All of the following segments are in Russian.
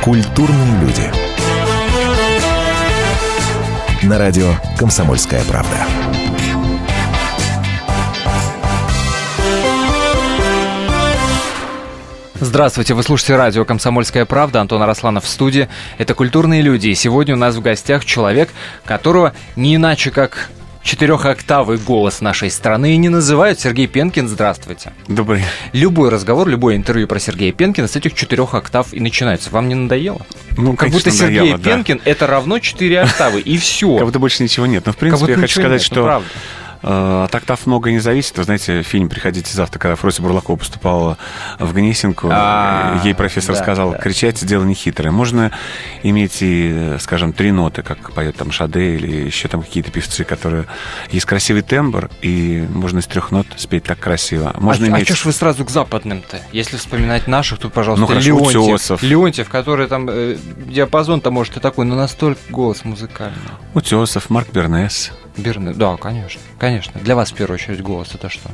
Культурные люди. На радио «Комсомольская правда». Здравствуйте, вы слушаете радио «Комсомольская правда», Антон Арасланов в студии. Это «Культурные люди», и сегодня у нас в гостях человек, которого не иначе как четырехоктавый голос нашей страны и не называют. Сергей Пенкин, здравствуйте. Добрый. Любой разговор, любое интервью про Сергея Пенкина с этих 4 октав и начинается. Вам не надоело? Ну, как будто Сергей Пенкин это равно 4 октавы, и все. Как будто больше ничего нет. Но, в принципе, я хочу сказать, что от октав много не зависит. Вы знаете, фильм «Приходите завтра», когда Фрося Бурлакова поступала в Гнесинку, ей профессор сказал, кричать — дело нехитрое. Можно иметь и, скажем, 3 ноты, как поет там Шаде или еще там какие-то певцы, которые... Есть красивый тембр, и можно из 3 нот спеть так красиво. Можно иметь... что ж вы сразу к западным-то? Если вспоминать наших, тут, пожалуйста, Леонтьев, который там диапазон-то, может, и такой, но настолько голос музыкальный. Утесов, Марк Бернес. Да, конечно, конечно. Для вас, в первую очередь, голос — это что?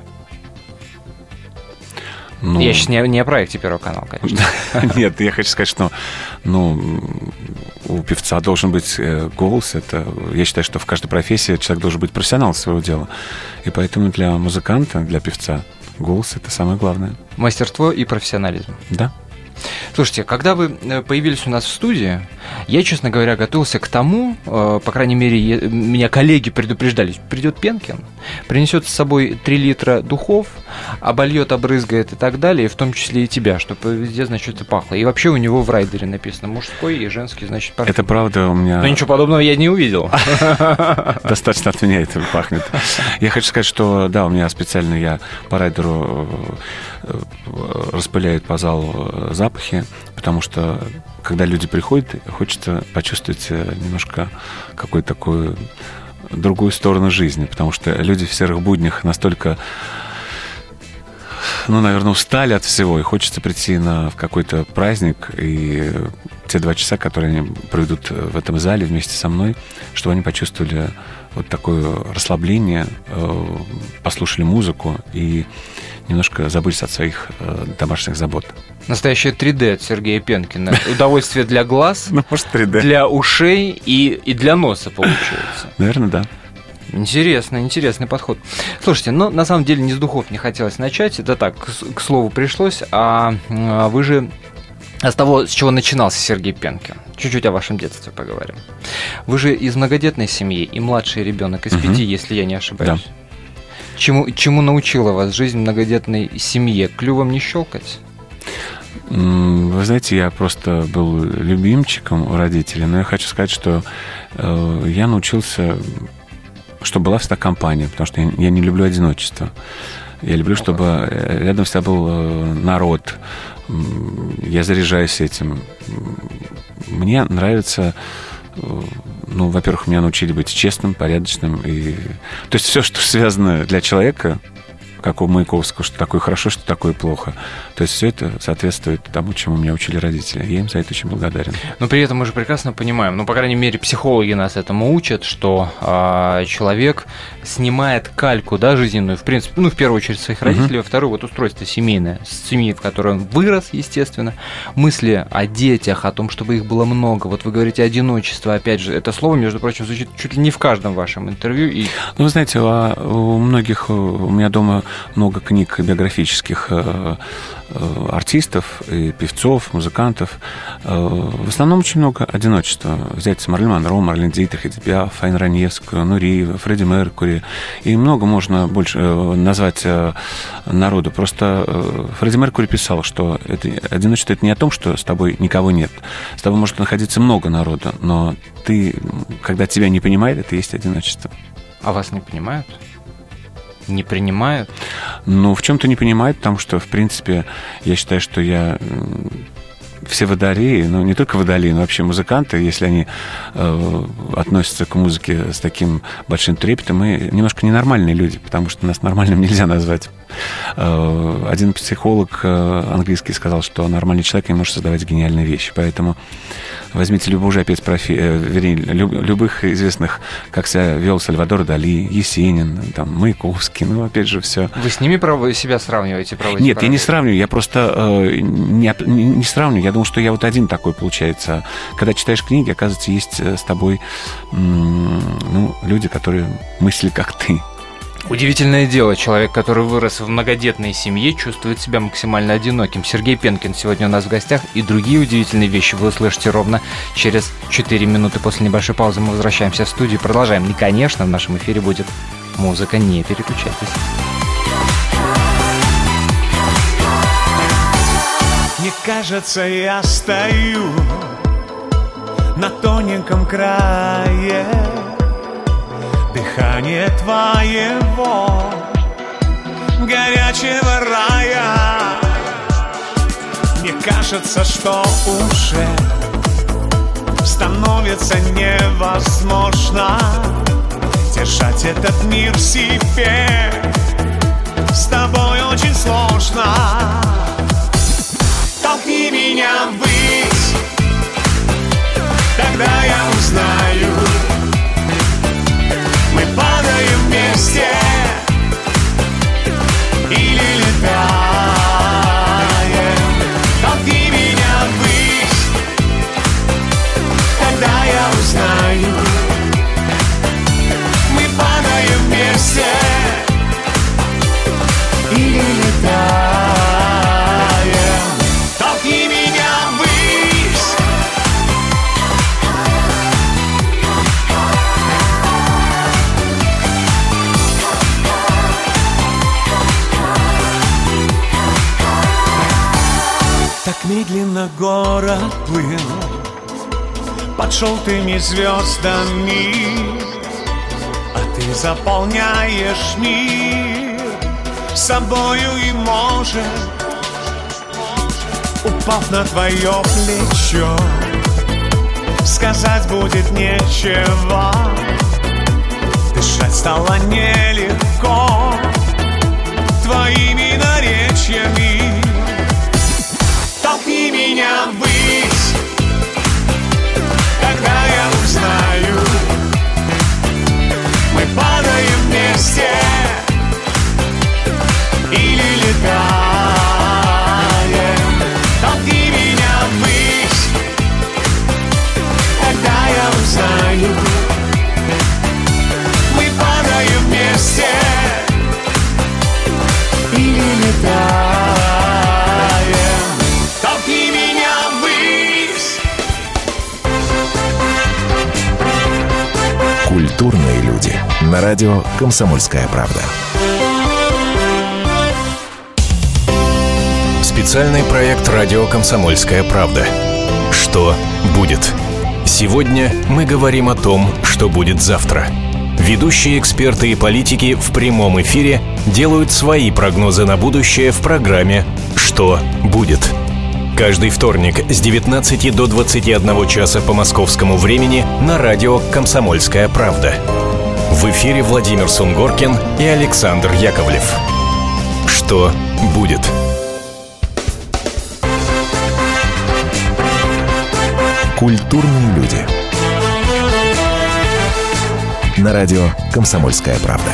Ну... Я сейчас не о проекте Первого канала, конечно. Нет, я хочу сказать, что у певца должен быть голос. Я считаю, что в каждой профессии человек должен быть профессионалом своего дела. И поэтому для музыканта, для певца голос — это самое главное. Мастерство и профессионализм. Да. Слушайте, когда вы появились у нас в студии, я, честно говоря, готовился к тому, по крайней мере, меня коллеги предупреждали, придет Пенкин, принесет с собой 3 литра духов, обольет, обрызгает и так далее, в том числе и тебя, чтобы везде, значит, и пахло. И вообще у него в райдере написано мужской и женский, значит, парфюм. Это правда у меня... Но ничего подобного я не увидел. Достаточно от меня это пахнет. Я хочу сказать, что, да, у меня специально я по райдеру распыляют по залу запахи, потому что, когда люди приходят, хочется почувствовать немножко какую-то такую другую сторону жизни, потому что люди в серых буднях настолько, наверное, устали от всего, и хочется прийти в какой-то праздник, и те 2 часа, которые они проведут в этом зале вместе со мной, чтобы они почувствовали вот такое расслабление, послушали музыку и немножко забылись от своих домашних забот. Настоящее 3D от Сергея Пенкина. Удовольствие для глаз, может, 3D. Для ушей и для носа, получается. Наверное, да. Интересный подход. Слушайте, на самом деле не с духов не хотелось начать. Это так, к слову пришлось. А вы же... с того, с чего начинался Сергей Пенкин. Чуть-чуть о вашем детстве поговорим. Вы же из многодетной семьи и младший ребенок из 5, если я не ошибаюсь. Да. Чему научила вас жизнь в многодетной семье? Клювом не щелкать? Вы знаете, я просто был любимчиком у родителей, но я хочу сказать, что я научился, чтобы была всегда компания, потому что я не люблю одиночество. Я люблю, чтобы рядом всегда был народ. Я заряжаюсь этим. Мне нравится... во-первых, меня научили быть честным, порядочным. То есть все, что связано для человека, как у Маяковского, что такое хорошо, что такое плохо. То есть все это соответствует тому, чему меня учили родители. Я им за это очень благодарен. Но при этом мы же прекрасно понимаем, по крайней мере, психологи нас этому учат, что человек снимает кальку, жизненную, в принципе, в первую очередь своих родителей, во вторую устройство семейное, семьи, в которой он вырос, естественно, мысли о детях, о том, чтобы их было много. Вот вы говорите одиночество, опять же, это слово, между прочим, звучит чуть ли не в каждом вашем интервью. Вы знаете, у многих, у меня дома много книг биографических артистов, и певцов, музыкантов. В основном очень много одиночества. Взять Марлен Монро, Марлен Дитрих, Эдит Пиаф, Айн Раневскую, Нуриева, Фредди Меркьюри. И много можно больше назвать народу. Просто Фредди Меркьюри писал, что одиночество — это не о том, что с тобой никого нет. С тобой может находиться много народа, но когда тебя не понимает, это и есть одиночество. А вас не понимают? Не принимают? В чем-то не понимают, потому что, в принципе, я считаю, что все водолеи, не только водолеи, но вообще музыканты, если они относятся к музыке с таким большим трепетом, мы немножко ненормальные люди, потому что нас нормальным нельзя назвать. Один психолог английский сказал, что нормальный человек не может создавать гениальные вещи. Поэтому возьмите любую же опять любых известных, как себя вел Сальвадор Дали, Есенин, там, Маяковский, опять же, все. Вы с ними себя сравниваете? Нет, я не сравниваю, я просто не сравниваю. Я думаю, что я вот один такой, получается. Когда читаешь книги, оказывается, есть с тобой люди, которые мыслят как ты. Удивительное дело, человек, который вырос в многодетной семье, чувствует себя максимально одиноким. Сергей Пенкин сегодня у нас в гостях, и другие удивительные вещи вы услышите ровно через 4 минуты. После небольшой паузы мы возвращаемся в студию и продолжаем. И, конечно, в нашем эфире будет музыка, не переключайтесь. Мне кажется, я стою на тоненьком крае дыхание твоего горячего рая. Мне кажется, что уже становится невозможно держать этот мир в себе. С тобой очень сложно. Толкни меня ввысь, тогда я узнаю. Мы падаем вместе или летаем. Толкни меня ввысь, тогда я узнаю. Мы падаем вместе или летаем. Толкни меня ввысь. Так медленно город плыл под желтыми звездами, а ты заполняешь мир собою и можешь, упав на твое плечо, сказать будет нечего. Дышать стало нелегко твоими наречиями. Толкни меня ввысь, тогда я узнаю. Мы падаем вместе или летаем. Толкни меня ввысь, тогда я узнаю. Мы падаем вместе или летаем. Толкни меня ввысь. Культурные люди. На радио «Комсомольская правда». Специальный проект «Радио Комсомольская правда». Что будет? Сегодня мы говорим о том, что будет завтра. Ведущие эксперты и политики в прямом эфире делают свои прогнозы на будущее в программе «Что будет?». Каждый вторник с 19 до 21 часа по московскому времени на радио «Комсомольская правда». В эфире Владимир Сунгоркин и Александр Яковлев. Что будет? Культурные люди. На радио «Комсомольская правда».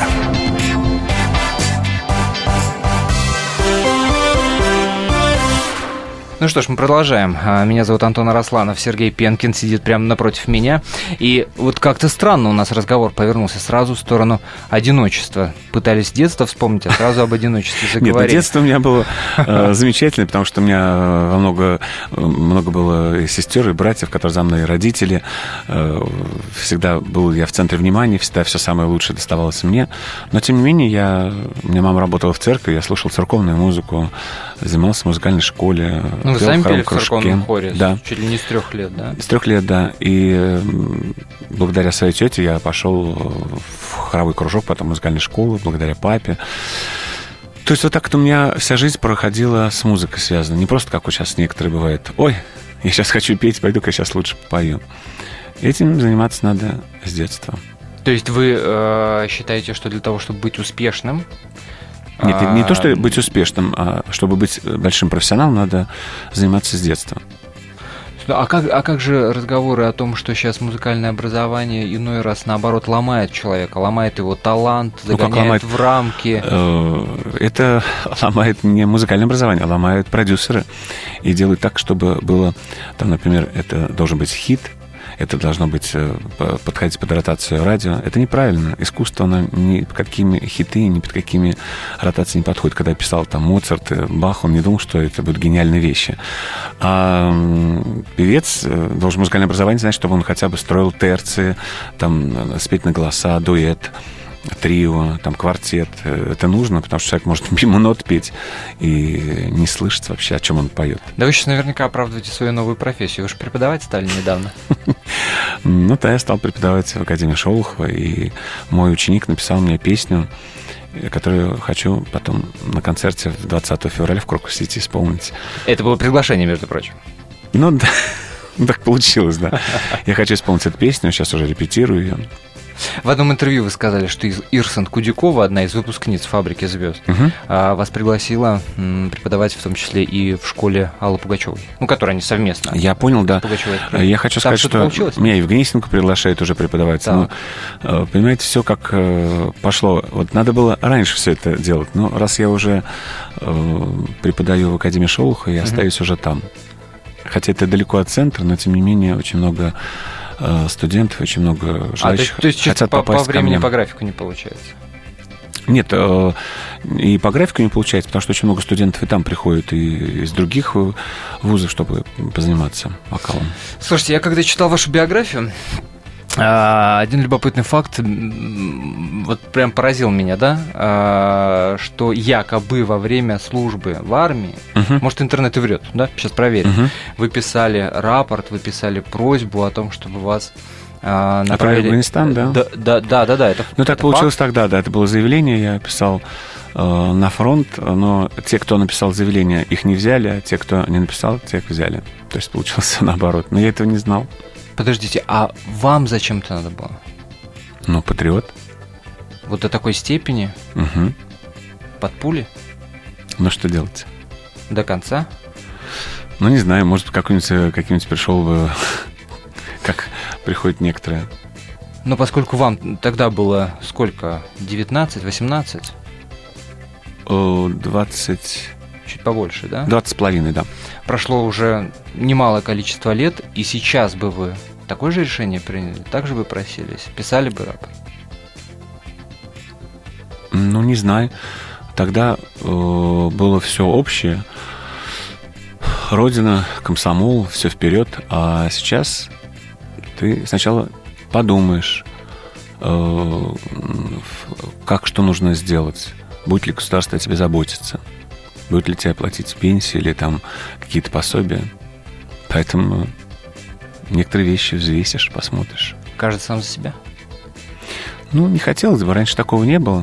Ну что ж, мы продолжаем. Меня зовут Антон Арасланов, Сергей Пенкин сидит прямо напротив меня. И вот как-то странно у нас разговор повернулся сразу в сторону одиночества. Пытались детство вспомнить, а сразу об одиночестве заговорили. Нет, детство у меня было замечательное, потому что у меня много было и сестер, и братьев, которые за мной, и родители. Всегда был я в центре внимания, всегда все самое лучшее доставалось мне. Но, тем не менее, у меня мама работала в церкви, я слушал церковную музыку, занимался в музыкальной школе. Ну, вы сами пели в церковном хоре, да. Чуть ли не с 3 лет, да? С 3 лет, да. И благодаря своей тете я пошел в хоровой кружок, потом в музыкальную школу, благодаря папе. То есть вот так-то у меня вся жизнь проходила с музыкой связана. Не просто, как вот сейчас некоторые бывают. Ой, я сейчас хочу петь, пойду-ка сейчас лучше попою. Этим заниматься надо с детства. То есть вы считаете, что для того, чтобы быть успешным, Нет, не то, что быть успешным, а чтобы быть большим профессионалом, надо заниматься с детства. А как же разговоры о том, что сейчас музыкальное образование иной раз, наоборот, ломает человека, ломает его талант, загоняет в рамки? Это ломает не музыкальное образование, а ломают продюсеры. И делают так, чтобы было, там, например, это должен быть хит, это должно быть подходить под ротацию радио. Это неправильно. Искусство, оно ни под какими хиты, ни под какими ротации не подходит. Когда писал там Моцарт, Бах, он не думал, что это будут гениальные вещи. А певец должен музыкальное образование знать, чтобы он хотя бы строил терции, там, спеть на голоса, дуэт, трио, там, квартет. Это нужно, потому что человек может мимо нот петь и не слышать вообще, о чем он поет. Да вы сейчас наверняка оправдываете свою новую профессию. Вы же преподавать стали недавно. Ну, да, я стал преподавать в Академии Шолохова, и мой ученик написал мне песню, которую хочу потом на концерте 20 февраля в Крокус-Сити исполнить. Это было приглашение, между прочим. Ну, да, так получилось, да. Я хочу исполнить эту песню, сейчас уже репетирую ее. В одном интервью вы сказали, что Ирсен Кудякова, одна из выпускниц «Фабрики звезд», вас пригласила преподавать в том числе и в школе Аллы Пугачевой, ну, которую они совместно. Я понял, да. Я хочу сказать, что меня Евгенийченко приглашает уже преподавать. Но, понимаете, все как пошло. Вот надо было раньше все это делать. Но раз я уже преподаю в Академии Шолохова, я остаюсь уже там. Хотя это далеко от центра, но тем не менее очень много студентов, очень много желающих то есть хотят попасть по времени, ко мне. по графику не получается? Нет, и по графику не получается, потому что очень много студентов и там приходят, и из других вузов, чтобы позаниматься вокалом. Слушайте, я когда читал вашу биографию, один любопытный факт вот прям поразил меня, да, что якобы во время службы в армии, может, интернет и врет, да, сейчас проверим, вы писали рапорт, вы писали просьбу о том, чтобы вас направили в Афганистан, да? Да. Ну, так получилось тогда, да, это было заявление, я писал на фронт, но те, кто написал заявление, их не взяли, а те, кто не написал, тех взяли. То есть получилось наоборот, но я этого не знал. Подождите, а вам зачем-то надо было? Ну, патриот. Вот до такой степени? Угу. Под пули? Ну, что делать? До конца? Ну, не знаю, может, какой-нибудь пришел бы, как приходят некоторые. Но поскольку вам тогда было сколько? 19, 18? 20... Чуть побольше, да? 20,5, да. Прошло уже немалое количество лет, и сейчас бы вы такое же решение приняли? Так же бы просились? Писали бы рапорт? Ну, не знаю. Тогда было все общее. Родина, комсомол, все вперед. А сейчас ты сначала подумаешь, как что нужно сделать. Будет ли государство о тебе заботиться? Будет ли тебе платить пенсии или там какие-то пособия? Поэтому некоторые вещи взвесишь, посмотришь. Каждый сам за себя? Ну, не хотелось бы. Раньше такого не было.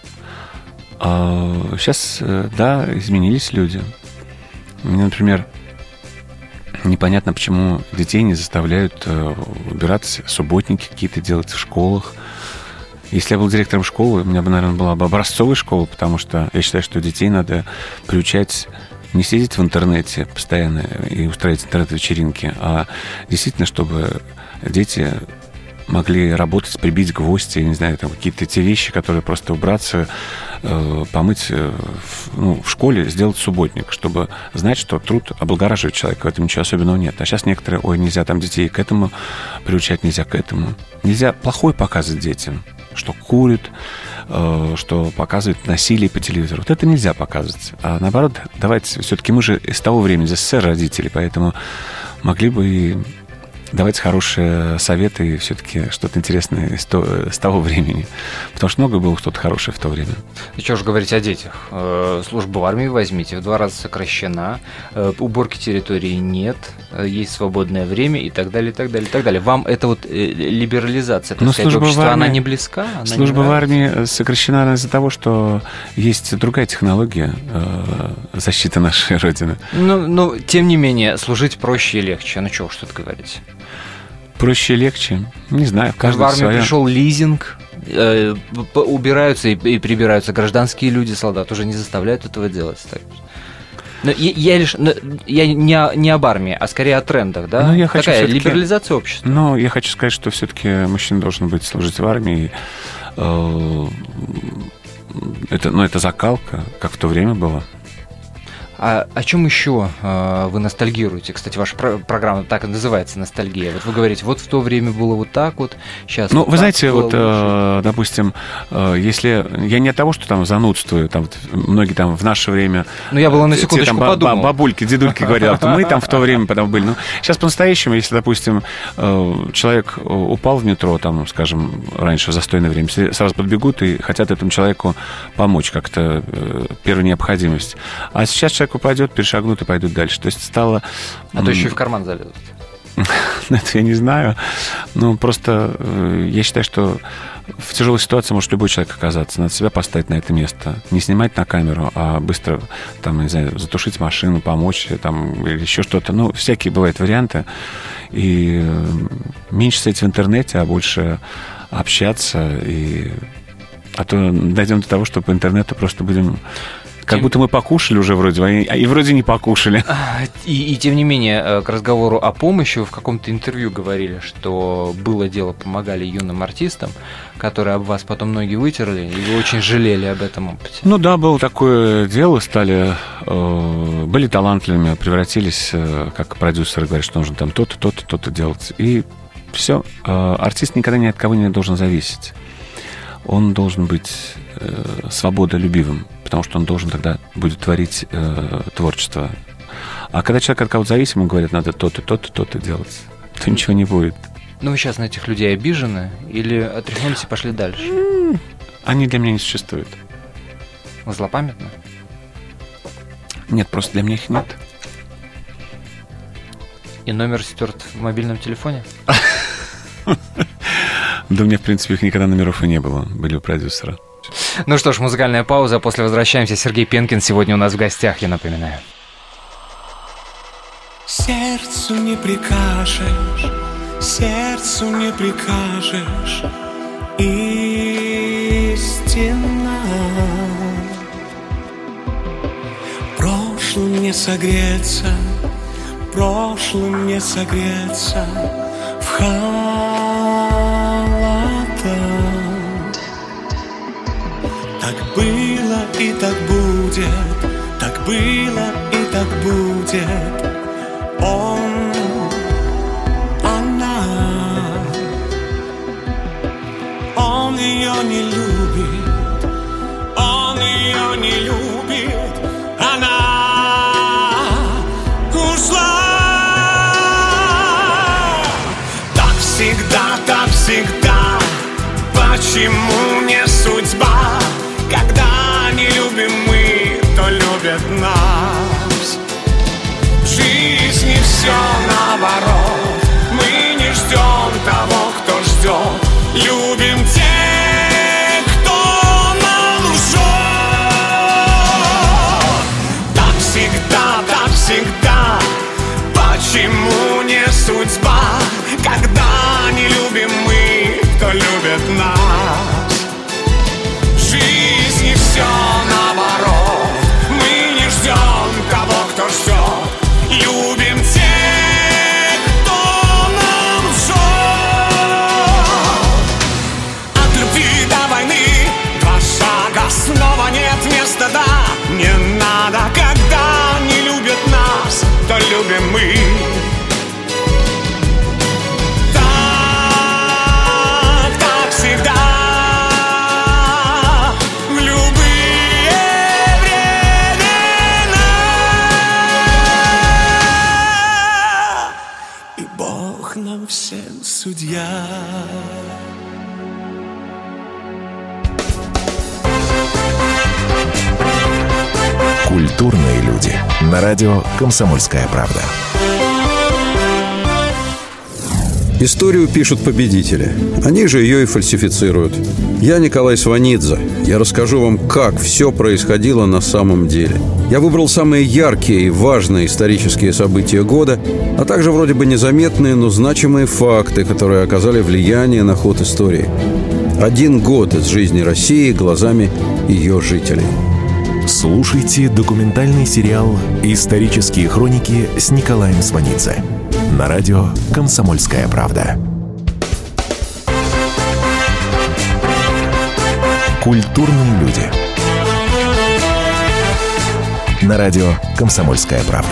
А сейчас, да, изменились люди. Мне, например, непонятно, почему детей не заставляют убираться, субботники какие-то делать в школах. Если я был директором школы, у меня бы, наверное, была бы образцовая школа, потому что я считаю, что детей надо приучать не сидеть в интернете постоянно и устраивать интернет-вечеринки, а действительно, чтобы дети могли работать, прибить гвозди, не знаю, там какие-то те вещи, которые просто убраться, помыть в школе, сделать субботник, чтобы знать, что труд облагораживает человека, в этом ничего особенного нет. А сейчас некоторые, нельзя там детей к этому приучать, нельзя к этому. Нельзя плохое показывать детям, что курят, что показывают насилие по телевизору. Вот это нельзя показывать. А наоборот, давайте, все-таки мы же из того времени, из СССР родители, поэтому могли бы и давать хорошие советы и все-таки что-то интересное с того времени. Потому что много было что-то хорошее в то время. Ну, что же говорить о детях? Служба в армии возьмите, в 2 раза сокращена, уборки территории нет, есть свободное время и так далее, и так далее, и так далее. Вам эта вот либерализация, так сказать, общества, она не близка? Служба в армии сокращена из-за того, что есть другая технология защиты нашей Родины. Но, тем не менее, служить проще и легче. Ну, чего уж тут говорить. Проще и легче? Не знаю. В армию пришел лизинг, убираются и прибираются гражданские люди, солдат уже не заставляют этого делать. Так. Но я не об армии, а скорее о трендах, да? Я хочу такая либерализация общества. Но я хочу сказать, что все-таки мужчина должен быть служить в армии. Это закалка, как в то время было. А о чем еще вы ностальгируете? Кстати, ваша программа так и называется «Ностальгия». Вот вы говорите, вот в то время было вот так вот, сейчас. Ну, вот вы знаете, вот, допустим, если я не от того, что там занудствую, там многие там в наше время. Ну, я была на секундочку подумал. Бабульки, дедульки говорят, мы там в то время потом были. Ну, сейчас по-настоящему, если, допустим, человек упал в метро, там, скажем, раньше в застойное время, сразу подбегут и хотят этому человеку помочь как-то, первая необходимость. А сейчас человек упадет, перешагнут и пойдут дальше. То есть стало... А то еще и в карман залезут. Это я не знаю. Ну, просто я считаю, что в тяжелой ситуации может любой человек оказаться. Надо себя поставить на это место. Не снимать на камеру, а быстро, там, не знаю, затушить машину, помочь, там, или еще что-то. Ну, всякие бывают варианты. И меньше сидеть в интернете, а больше общаться. А то дойдем до того, что по интернету просто будем... Как будто мы покушали уже вроде, и вроде не покушали. И тем не менее, к разговору о помощи, вы в каком-то интервью говорили, что было дело, помогали юным артистам, которые об вас потом ноги вытерли, и вы очень жалели об этом опыте. Ну да, было такое дело, были талантливыми, превратились, как продюсеры говорят, что нужно там то-то, то-то, то-то делать. И все. Артист никогда ни от кого не должен зависеть. Он должен быть свободолюбивым, потому что он должен тогда будет творить творчество. А когда человек от кого-то зависим, ему говорят, надо то-то, то-то, то-то делать, то ничего не будет. Ну, вы сейчас на этих людей обижены или отряхнулись и пошли дальше? Они для меня не существуют. Вы злопамятны? Нет, просто для меня их нет. И номер стерт в мобильном телефоне? Да у меня, в принципе, их никогда номеров и не было. Были у продюсера. Ну что ж, музыкальная пауза. После возвращаемся. Сергей Пенкин сегодня у нас в гостях, я напоминаю. Сердцу не прикажешь, сердцу не прикажешь. Истина. Прошлым не согреться, прошлым не согреться в так было и так будет, так было и так будет. Он, она, он ее не любит, он ее не любит, она ушла. Так всегда, почему не судьба? Когда не любим мы, то любят нас. В жизни все наоборот. Мы не ждем того, кто ждет. Любим тех, кто нам лжет. Так всегда, почему не судьба? Когда не любим мы, то любят нас. Все наоборот. Мы не ждем того, кто ждет. Любим тех, кто нам лжет. От любви до войны 2 шага, снова нет места, да. Не надо, когда не любят нас, то любим мы. Так всегда. Всем судья. Культурные люди. На радио «Комсомольская правда». Историю пишут победители. Они же ее и фальсифицируют. Я Николай Сванидзе. Я расскажу вам, как все происходило на самом деле. Я выбрал самые яркие и важные исторические события года, а также вроде бы незаметные, но значимые факты, которые оказали влияние на ход истории. 1 год из жизни России глазами ее жителей. Слушайте документальный сериал «Исторические хроники» с Николаем Сванидзе на радио «Комсомольская правда». Культурные люди. На радио «Комсомольская правда».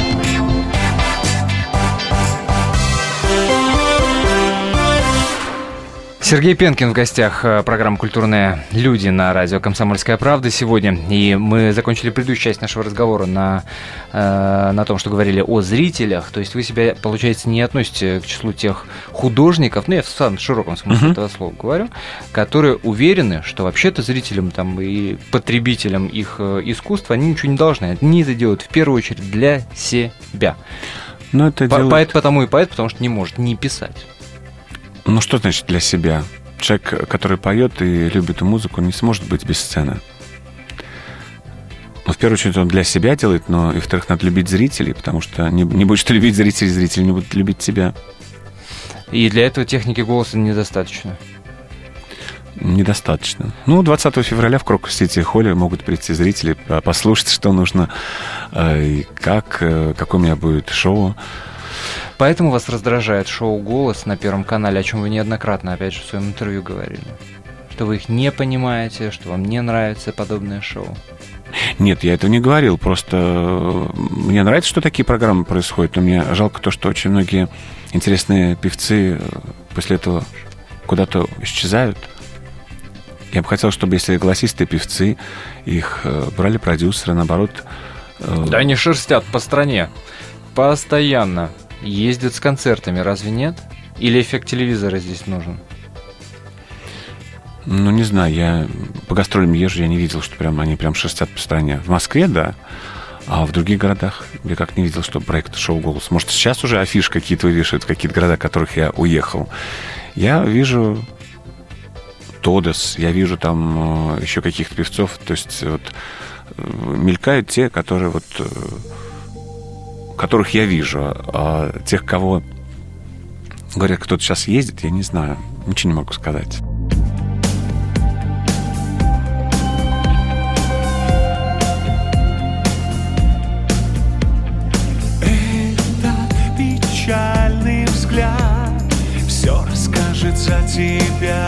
Сергей Пенкин в гостях программы «Культурные люди» на радио «Комсомольская правда» сегодня. И мы закончили предыдущую часть нашего разговора на том, что говорили о зрителях. То есть вы себя, получается, не относите к числу тех художников, ну, я в самом широком смысле этого слова говорю, которые уверены, что вообще-то зрителям там, и потребителям их искусства они ничего не должны. Они это делают в первую очередь для себя. Но это Поэт потому что не может не писать. Ну, что значит для себя? Человек, который поет и любит музыку, не сможет быть без сцены. Ну, в первую очередь, он для себя делает, но, и, во-вторых, надо любить зрителей, потому что не будешь ты любить зрителей, зрители не будут любить тебя. И для этого техники голоса недостаточно. Недостаточно. Ну, 20 февраля в Крокус-Сити-холле могут прийти зрители, послушать, что нужно, и какое у меня будет шоу. Поэтому вас раздражает шоу «Голос» на Первом канале, о чем вы неоднократно, опять же, в своем интервью говорили. Что вы их не понимаете, что вам не нравится подобное шоу. Нет, я этого не говорил. Просто мне нравится, что такие программы происходят, но мне жалко то, что очень многие интересные певцы после этого куда-то исчезают. Я бы хотел, чтобы если голосистые певцы, их брали продюсеры, наоборот... Да они шерстят по стране. Постоянно. Ездят с концертами, разве нет? Или эффект телевизора здесь нужен? Ну, не знаю, я по гастролям езжу, я не видел, что они шерстят по стране. В Москве, да, а в других городах я как не видел, что проект «Шоу Голос». Может, сейчас уже афиши какие-то вывешивают в какие-то города, в которых я уехал. Я вижу Тодос, я вижу там еще каких-то певцов, то есть вот мелькают те, которые которых я вижу, а тех, кого говорят, кто-то сейчас ездит, я не знаю, ничего не могу сказать. Этот печальный взгляд все расскажет за тебя.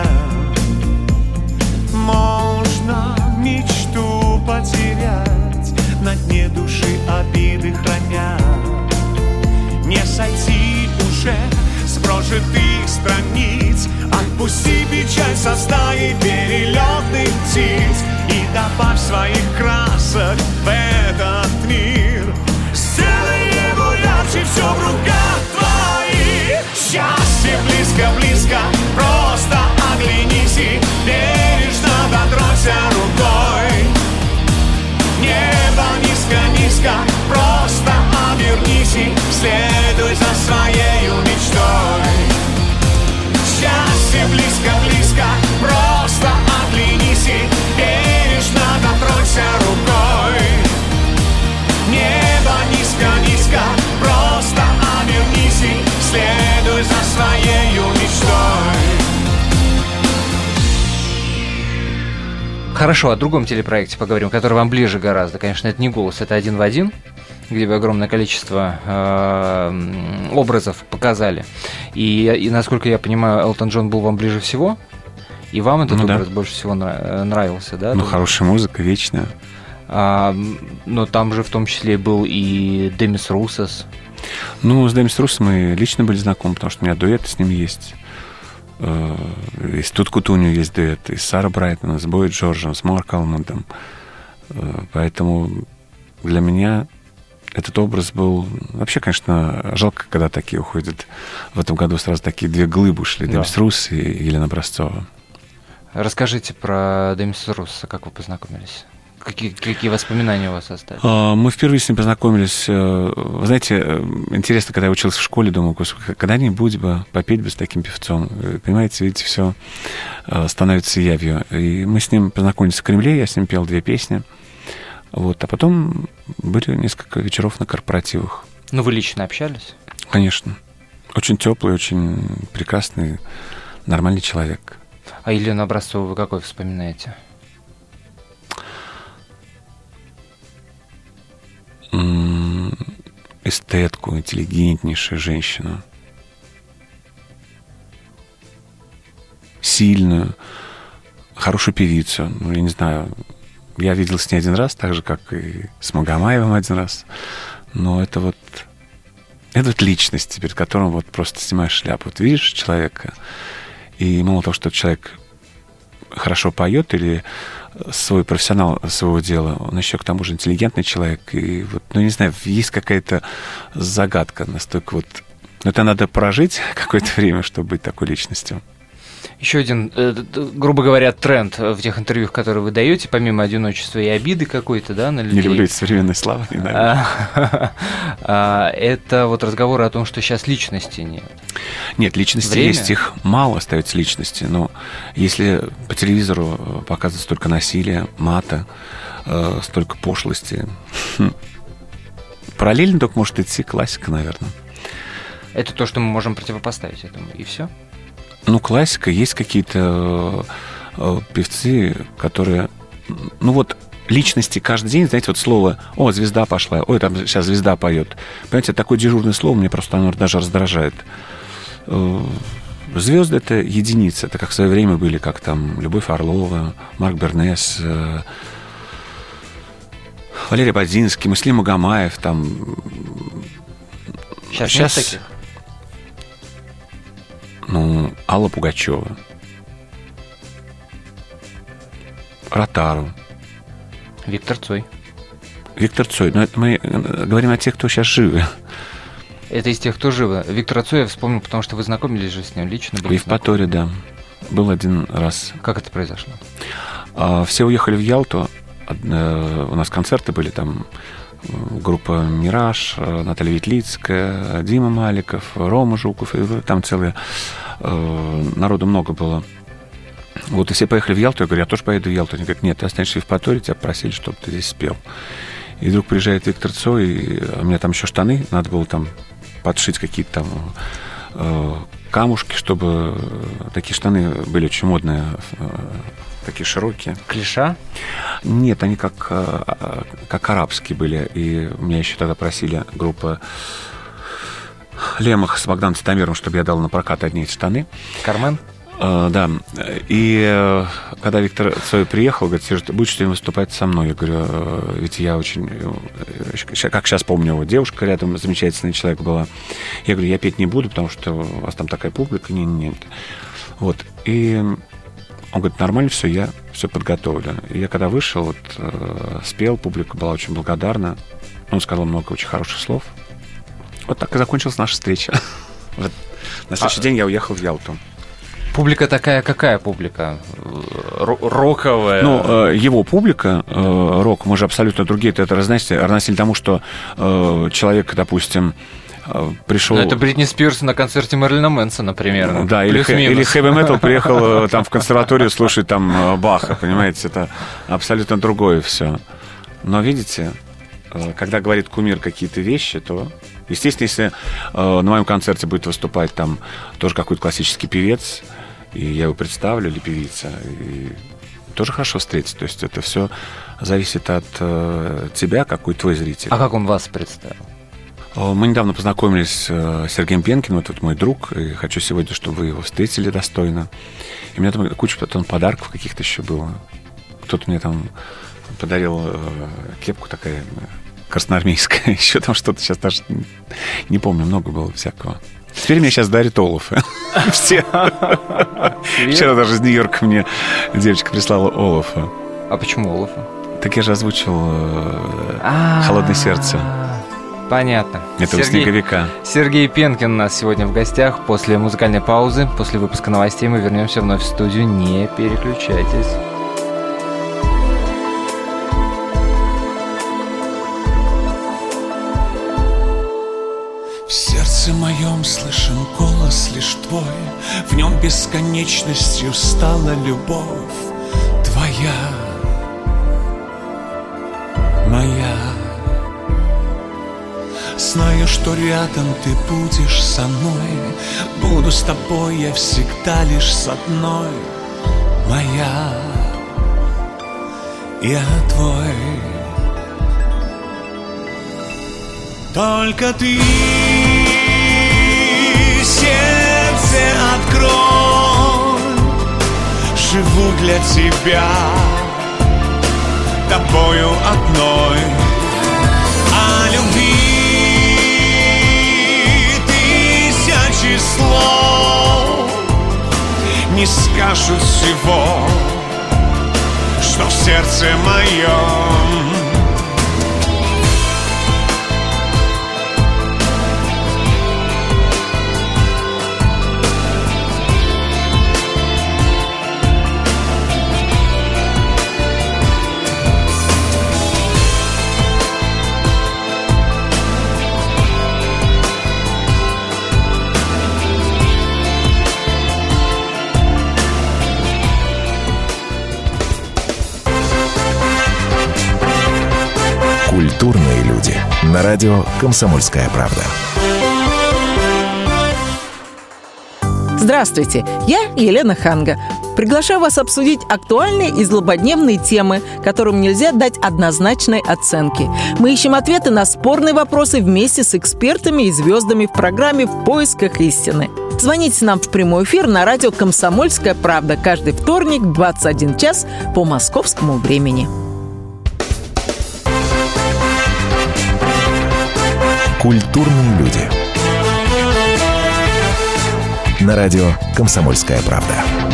Можно мечту потерять, на дне души обиды храня. Не сойти уже с прожитых страниц, отпусти печаль со стаи перелетных птиц и добавь своих красок в этот мир. Сделай его ярче, все в руках твоих. Счастье близко-близко, просто оглянись и бережно дотронься рукой. Небо низко-низко, просто обернись и следуй за своей мечтой. Счастье близко-близко, просто оглянись и бережно дотронься рукой. Небо низко-низко, просто обернись и следуй за своей мечтой. Хорошо, о другом телепроекте поговорим, который вам ближе гораздо. Конечно, это не «Голос», это «1 в 1», где вы огромное количество образов показали. И, насколько я понимаю, Элтон Джон был вам ближе всего, и вам этот образ больше всего нравился, да? Ну, хорошая музыка, вечная. Но там же в том числе был и Демис Руссос. Ну, с Демис Руссосом мы лично были знакомы, потому что у меня дуэт с ним есть. И с Тут Кутунью есть дуэт, и с Сарой Брайтон, с Бой Джорджем, с Марк Алмондом. Поэтому для меня этот образ был... Вообще, конечно, жалко, когда такие уходят. В этом году сразу такие две глыбы ушли. Демис Руссос и Елена Образцова. Расскажите про Демиса Руссоса, как вы познакомились? Какие воспоминания у вас остались? Мы впервые с ним познакомились. Вы знаете, интересно, когда я учился в школе, думал, когда-нибудь бы попеть бы с таким певцом. Понимаете, видите, все становится явью. И мы с ним познакомились в Кремле, я с ним пел 2 песни. Вот. А потом были несколько вечеров на корпоративах. Ну, вы лично общались? Конечно. Очень теплый, очень прекрасный, нормальный человек. А Елену Образцову вы какой вспоминаете? Эстетку, интеллигентнейшую женщину. Сильную, хорошую певицу. Ну, я не знаю, я видел с ней один раз, так же, как и с Магомаевым один раз. Но это вот личность, перед которым вот просто снимаешь шляпу. Вот видишь человека, и мало того, что человек хорошо поет или свой профессионал своего дела, он еще к тому же интеллигентный человек. И вот, ну, не знаю, есть какая-то загадка настолько вот... Но это надо прожить какое-то время, чтобы быть такой личностью. Еще один, грубо говоря, тренд в тех интервью, которые вы даете, помимо одиночества и обиды какой-то, да, на людей. Не люблю эти современные слова. Это вот разговоры о том, что сейчас личности нет. Нет, личности есть, их мало остается личности. Но если по телевизору показывают столько насилия, мата, столько пошлости, параллельно только может идти классика, наверное. Это то, что мы можем противопоставить этому, и все? Ну, классика, есть какие-то певцы, которые... Ну, вот личности каждый день, знаете, вот слово «О, звезда пошла», «Ой, там сейчас звезда поет». Понимаете, такое дежурное слово, мне просто оно даже раздражает. Звезды — это единицы. Это как в свое время были, как там Любовь Орлова, Марк Бернес, Валерий Бадзинский, Муслим Магомаев, там... Сейчас таких? Ну, Алла Пугачева, Ротару, Виктор Цой. Но это мы говорим о тех, кто сейчас живы. Это из тех, кто живы. Виктора Цоя я вспомнил, потому что вы знакомились же с ним лично. В Евпатории, да. Был один раз. Как это произошло? Все уехали в Ялту. У нас концерты были там. Группа «Мираж», Наталья Ветлицкая, Дима Маликов, Рома Жуков. И там целое... Народу много было. Вот и все поехали в Ялту. Я говорю, я тоже поеду в Ялту. Они говорят, нет, ты останешься в Евпатории, тебя просили, чтобы ты здесь спел. И вдруг приезжает Виктор Цой, и у меня там еще штаны, надо было там подшить какие-то там камушки, чтобы такие штаны были очень модные, такие широкие. Клиша? Нет, они как арабские были. И меня еще тогда просили группа Лемах с Богданом Титомиром, чтобы я дал на прокат одни эти штаны. Кармен? Да. И когда Виктор Цой приехал, говорит, Сережа, ты будешь ли выступать со мной? Я говорю, ведь я очень... Как сейчас помню, его девушка рядом, замечательный человек была. Я говорю, я петь не буду, потому что у вас там такая публика. Нет. Вот. И он говорит, нормально все, я все подготовлю. И я когда вышел, вот, спел, публика была очень благодарна. Он сказал много очень хороших слов. Вот так и закончилась наша встреча. Вот. На следующий день я уехал в Ялту. Публика такая, какая публика? Роковая? Ну, его публика, рок, мы же абсолютно другие. Это равносильно тому, что человек, допустим, пришел... Ну, это Бритни Спирс на концерте Мэрилина Мэнсона, примерно. Да, или хэви метал приехал там в консерваторию слушать там Баха, понимаете, это абсолютно другое все. Но видите, когда говорит кумир какие-то вещи, то... Естественно, если на моем концерте будет выступать там тоже какой-то классический певец, и я его представлю, или певица, и тоже хорошо встретить. То есть это все зависит от тебя, какой твой зритель. А как он вас представил? Мы недавно познакомились с Сергеем Пенкиным, это мой друг, и хочу сегодня, чтобы вы его встретили достойно. И у меня там куча потом подарков каких-то еще было. Кто-то мне там подарил кепку такая... красноармейская, еще там что-то, сейчас даже не помню, много было всякого. Теперь мне сейчас дарят олафы. Все. Вчера даже из Нью-Йорка мне девочка прислала олафа. А почему олафа? Так я же озвучил «Холодное сердце». Понятно. Этого снеговика. Сергей Пенкин у нас сегодня в гостях. После музыкальной паузы, после выпуска новостей мы вернемся вновь в студию. Не переключайтесь. В сердце моем слышен голос лишь твой, в нем бесконечностью стала любовь твоя, моя. Знаю, что рядом ты будешь со мной, буду с тобой я всегда лишь с одной моя, я твой. Только ты сердце открой, живу для тебя, тобою одной. О любви тысячи слов не скажут всего, что в сердце моем. Культурные люди. На радио «Комсомольская правда». Здравствуйте, я Елена Ханга. Приглашаю вас обсудить актуальные и злободневные темы, которым нельзя дать однозначной оценки. Мы ищем ответы на спорные вопросы вместе с экспертами и звездами в программе «В поисках истины». Звоните нам в прямой эфир на радио «Комсомольская правда» каждый вторник в 21 час по московскому времени. Культурные люди. На радио «Комсомольская правда».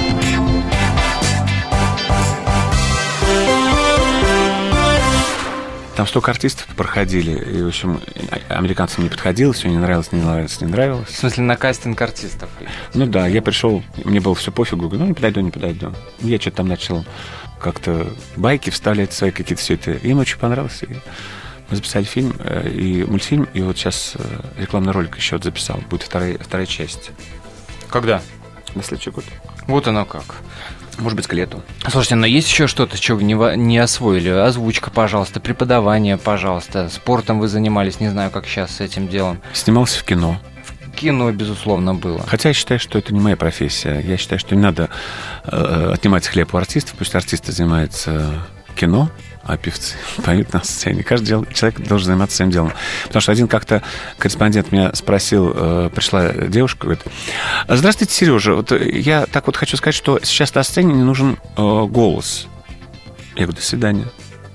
Там столько артистов проходили, и, в общем, американцам не подходило, все не нравилось, не нравилось, не нравилось. В смысле, на кастинг артистов? Ну да, я пришел, мне было все пофигу, говорю, ну не подойду, не подойду. Я что-то там начал как-то байки вставлять свои какие-то, все это. Им очень понравилось. И мы записали фильм и мультфильм, и вот сейчас рекламный ролик еще вот записал. Будет вторая часть. Когда? На следующий год. Вот оно как. Может быть, к лету. Слушайте, но есть еще что-то, чего вы не освоили? Озвучка, пожалуйста, преподавание, пожалуйста. Спортом вы занимались, не знаю, как сейчас с этим делом. Снимался в кино. Кино, безусловно, было. Хотя я считаю, что это не моя профессия. Я считаю, что не надо отнимать хлеб у артистов. Пусть артисты занимаются кино, а певцы поют на сцене. Каждый человек должен заниматься своим делом. Потому что один как-то корреспондент меня спросил, пришла девушка, говорит: здравствуйте, Сережа, вот я так вот хочу сказать, что сейчас на сцене не нужен голос. Я говорю: до свидания.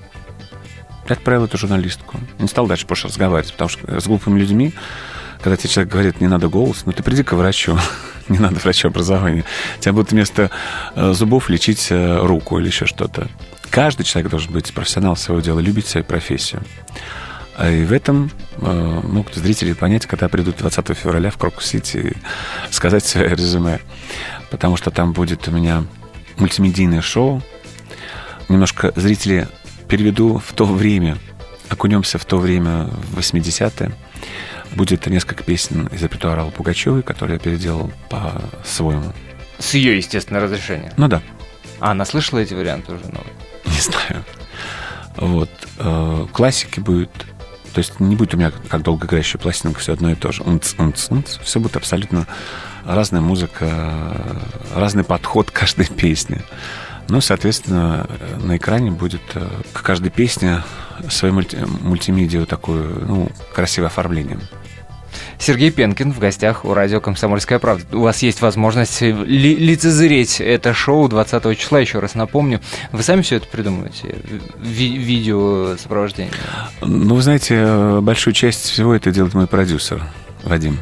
Я отправил эту журналистку. Не стал дальше больше разговаривать, потому что с глупыми людьми, когда тебе человек говорит, не надо голос, ну ты приди к врачу, не надо врачу образования. Тебя будут вместо зубов лечить руку или еще что-то. Каждый человек должен быть профессионалом своего дела, любить свою профессию. И в этом могут зрители понять, когда придут 20 февраля в Крокус-Сити, сказать свое резюме. Потому что там будет у меня мультимедийное шоу. Немножко зрители переведу в то время, окунемся в то время, в 80-е. Будет несколько песен из репертуара Аллы Пугачевой, которые я переделал по-своему. С ее, естественно, разрешения? Ну да. А она слышала эти варианты уже новые? Не знаю. Вот. Классики будет. То есть не будет у меня как долгоиграющая пластинка, все одно и то же. Все будет абсолютно разная музыка, разный подход к каждой песне. Ну, соответственно, на экране будет к каждой песне свою мультимедиа такое, ну, красивое оформление. Сергей Пенкин в гостях у радио «Комсомольская правда». У вас есть возможность лицезреть это шоу 20 числа, еще раз напомню. Вы сами все это придумываете? Видео сопровождение? Ну, вы знаете, большую часть всего это делает мой продюсер Вадим.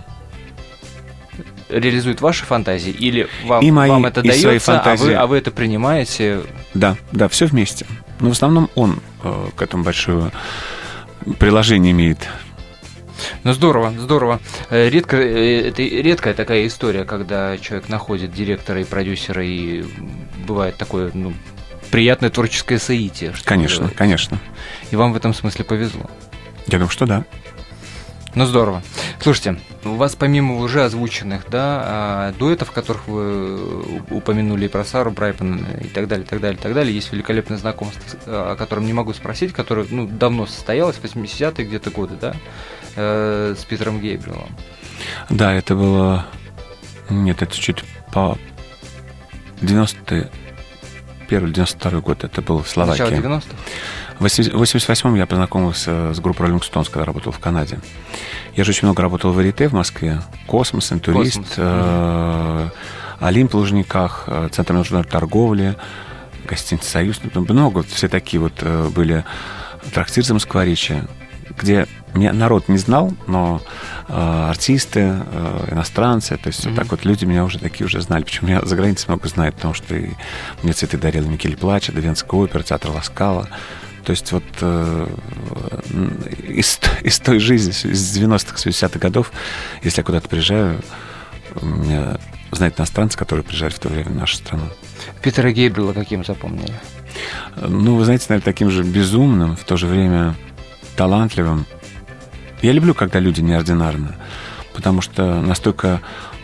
Реализует ваши фантазии? Или вам, и мои, вам это и дается, а вы это принимаете? Да, все вместе. Но в основном он к этому большое приложение имеет. Ну, здорово. Это редкая такая история, когда человек находит директора и продюсера, и бывает такое, ну, приятное творческое соитие. Конечно. И вам в этом смысле повезло. Я думаю, что да. Ну, здорово. Слушайте, у вас помимо уже озвученных, да, дуэтов, которых вы упомянули, про Сару Брайтман и так далее, есть великолепное знакомство, о котором не могу спросить, которое, ну, давно состоялось, 80-е где-то годы, да, с Питером Гейбрилом. Да, это было... Нет, это чуть по 90-е, 91 или 92 год, это был в Словакии. Начало 90-х? В 88-м я познакомился с группой Rolling Stones, когда работал в Канаде. Я же очень много работал в Варите в Москве. Космос, Интурист, Олимп в Лужниках, Центр международной торговли, гостиница «Союз». Много, все такие вот были. Трактир Замоскворечья, где меня народ не знал, но артисты, иностранцы, то есть вот так вот люди меня уже такие уже знали. Причем меня за границей много знают, потому что мне цветы дарил Микель Плача, Венская опера, театр Ласкала. То есть вот из той жизни, из 90-х, 70-х годов, если я куда-то приезжаю, меня знают иностранцы, которые приезжали в то время в нашу страну. Питера Гейбрила каким запомнили? Ну, вы знаете, наверное, таким же безумным, в то же время талантливым. Я люблю, когда люди неординарны, потому что настолько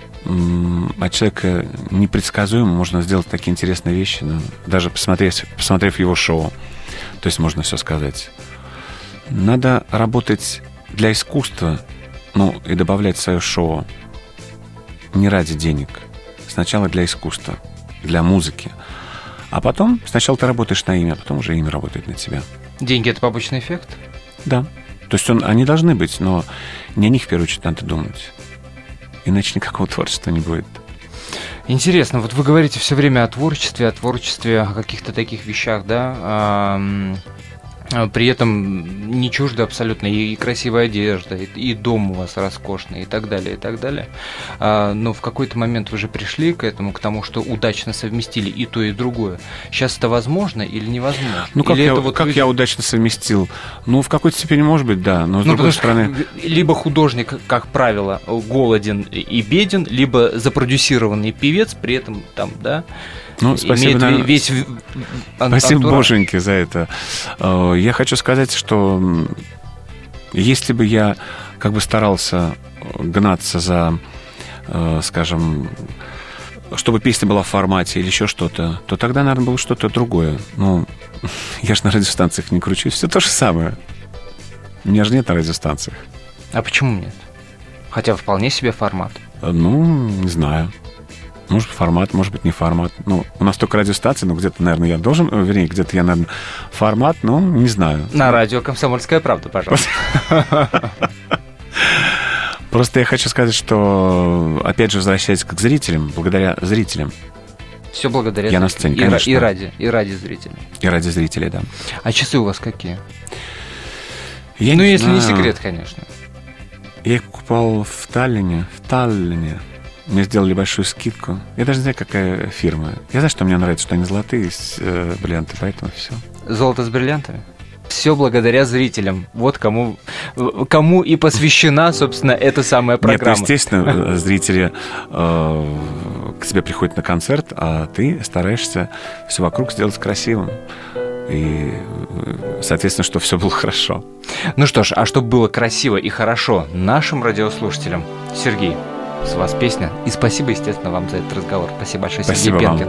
от человека непредсказуемо можно сделать такие интересные вещи, ну, даже посмотрев его шоу. То есть можно все сказать. Надо работать для искусства, ну, и добавлять в свое шоу не ради денег. Сначала для искусства, для музыки. А потом сначала ты работаешь на имя, а потом уже имя работает на тебя. Деньги — это побочный эффект? Да. То есть они должны быть, но не о них в первую очередь надо думать. Иначе никакого творчества не будет. Интересно, вот вы говорите все время о творчестве, о каких-то таких вещах, да, при этом не чуждо абсолютно и красивая одежда, и дом у вас роскошный, и так далее, и так далее. Но в какой-то момент вы же пришли к тому, что удачно совместили и то, и другое. Сейчас это возможно или невозможно? Ну, как я удачно совместил? Ну, в какой-то степени, может быть, да, но с другой стороны... Либо художник, как правило, голоден и беден, либо запродюсированный певец, при этом там, да... Ну, спасибо, наверное, весь спасибо боженьке за это. Я хочу сказать, что если бы я как бы старался гнаться за, скажем, чтобы песня была в формате или еще что-то, то тогда, наверное, было что-то другое. Ну, я же на радиостанциях не кручусь. Все то же самое. Меня же нет на радиостанциях. А почему нет? Хотя вполне себе формат. Ну, не знаю. Может быть, формат, может быть, не формат. Ну, у нас только радиостанция, но где-то, наверное, я должен... Вернее, где-то я, наверное, формат, но не знаю. На радио «Комсомольская правда», пожалуйста. Просто я хочу сказать, что, опять же, возвращаясь к зрителям, благодаря зрителям. Все благодаря я зрителям. На сцене, конечно. И ради зрителей. И ради зрителей, да. А часы у вас какие? Если не секрет, конечно. Я их покупал в Таллине. Мне сделали большую скидку. Я даже не знаю, какая фирма. Я знаю, что мне нравится, что они золотые с бриллианты, поэтому все. Золото с бриллиантами? Все благодаря зрителям. Вот кому и посвящена, собственно, эта самая программа. Нет, естественно, зрители к тебе приходят на концерт, а ты стараешься все вокруг сделать красивым. И, соответственно, чтобы все было хорошо. Ну что ж, а чтобы было красиво и хорошо нашим радиослушателям, Сергей, с вас песня. И спасибо, естественно, вам за этот разговор. Спасибо большое, Сергей Пенкин.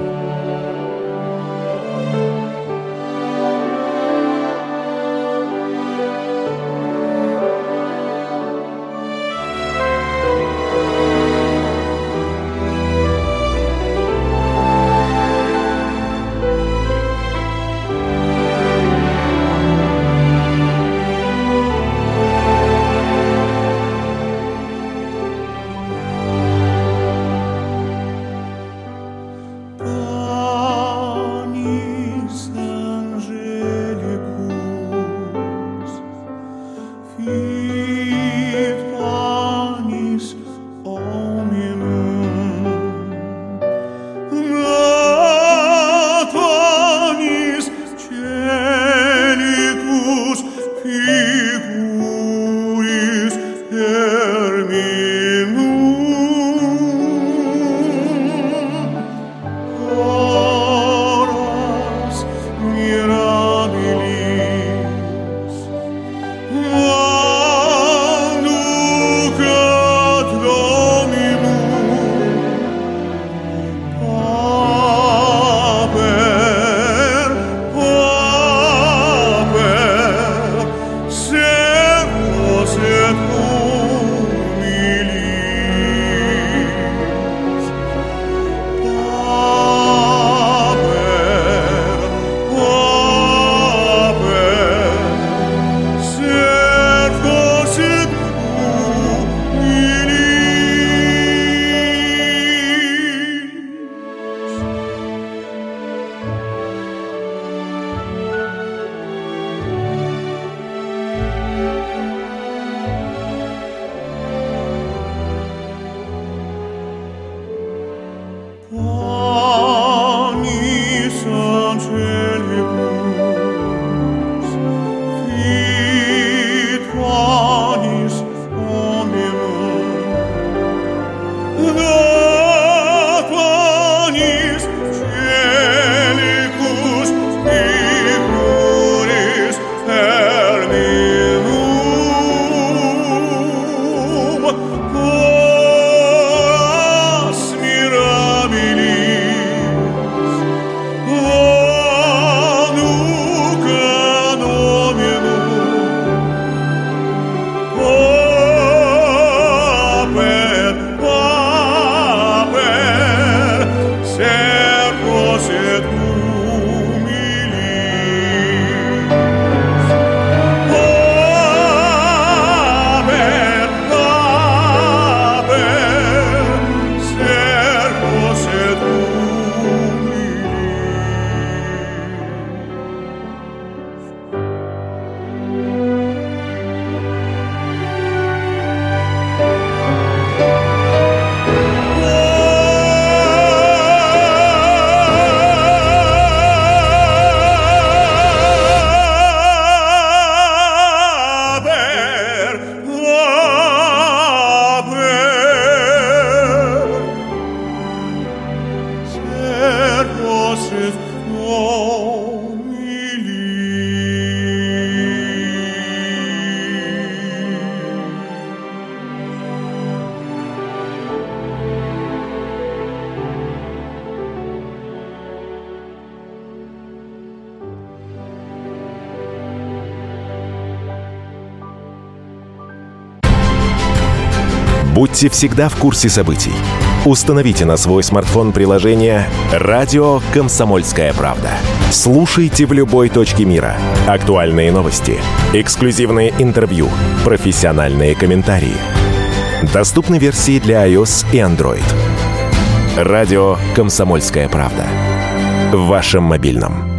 Будьте всегда в курсе событий. Установите на свой смартфон приложение «Радио Комсомольская правда». Слушайте в любой точке мира. Актуальные новости, эксклюзивные интервью, профессиональные комментарии. Доступны версии для iOS и Android. «Радио Комсомольская правда». В вашем мобильном.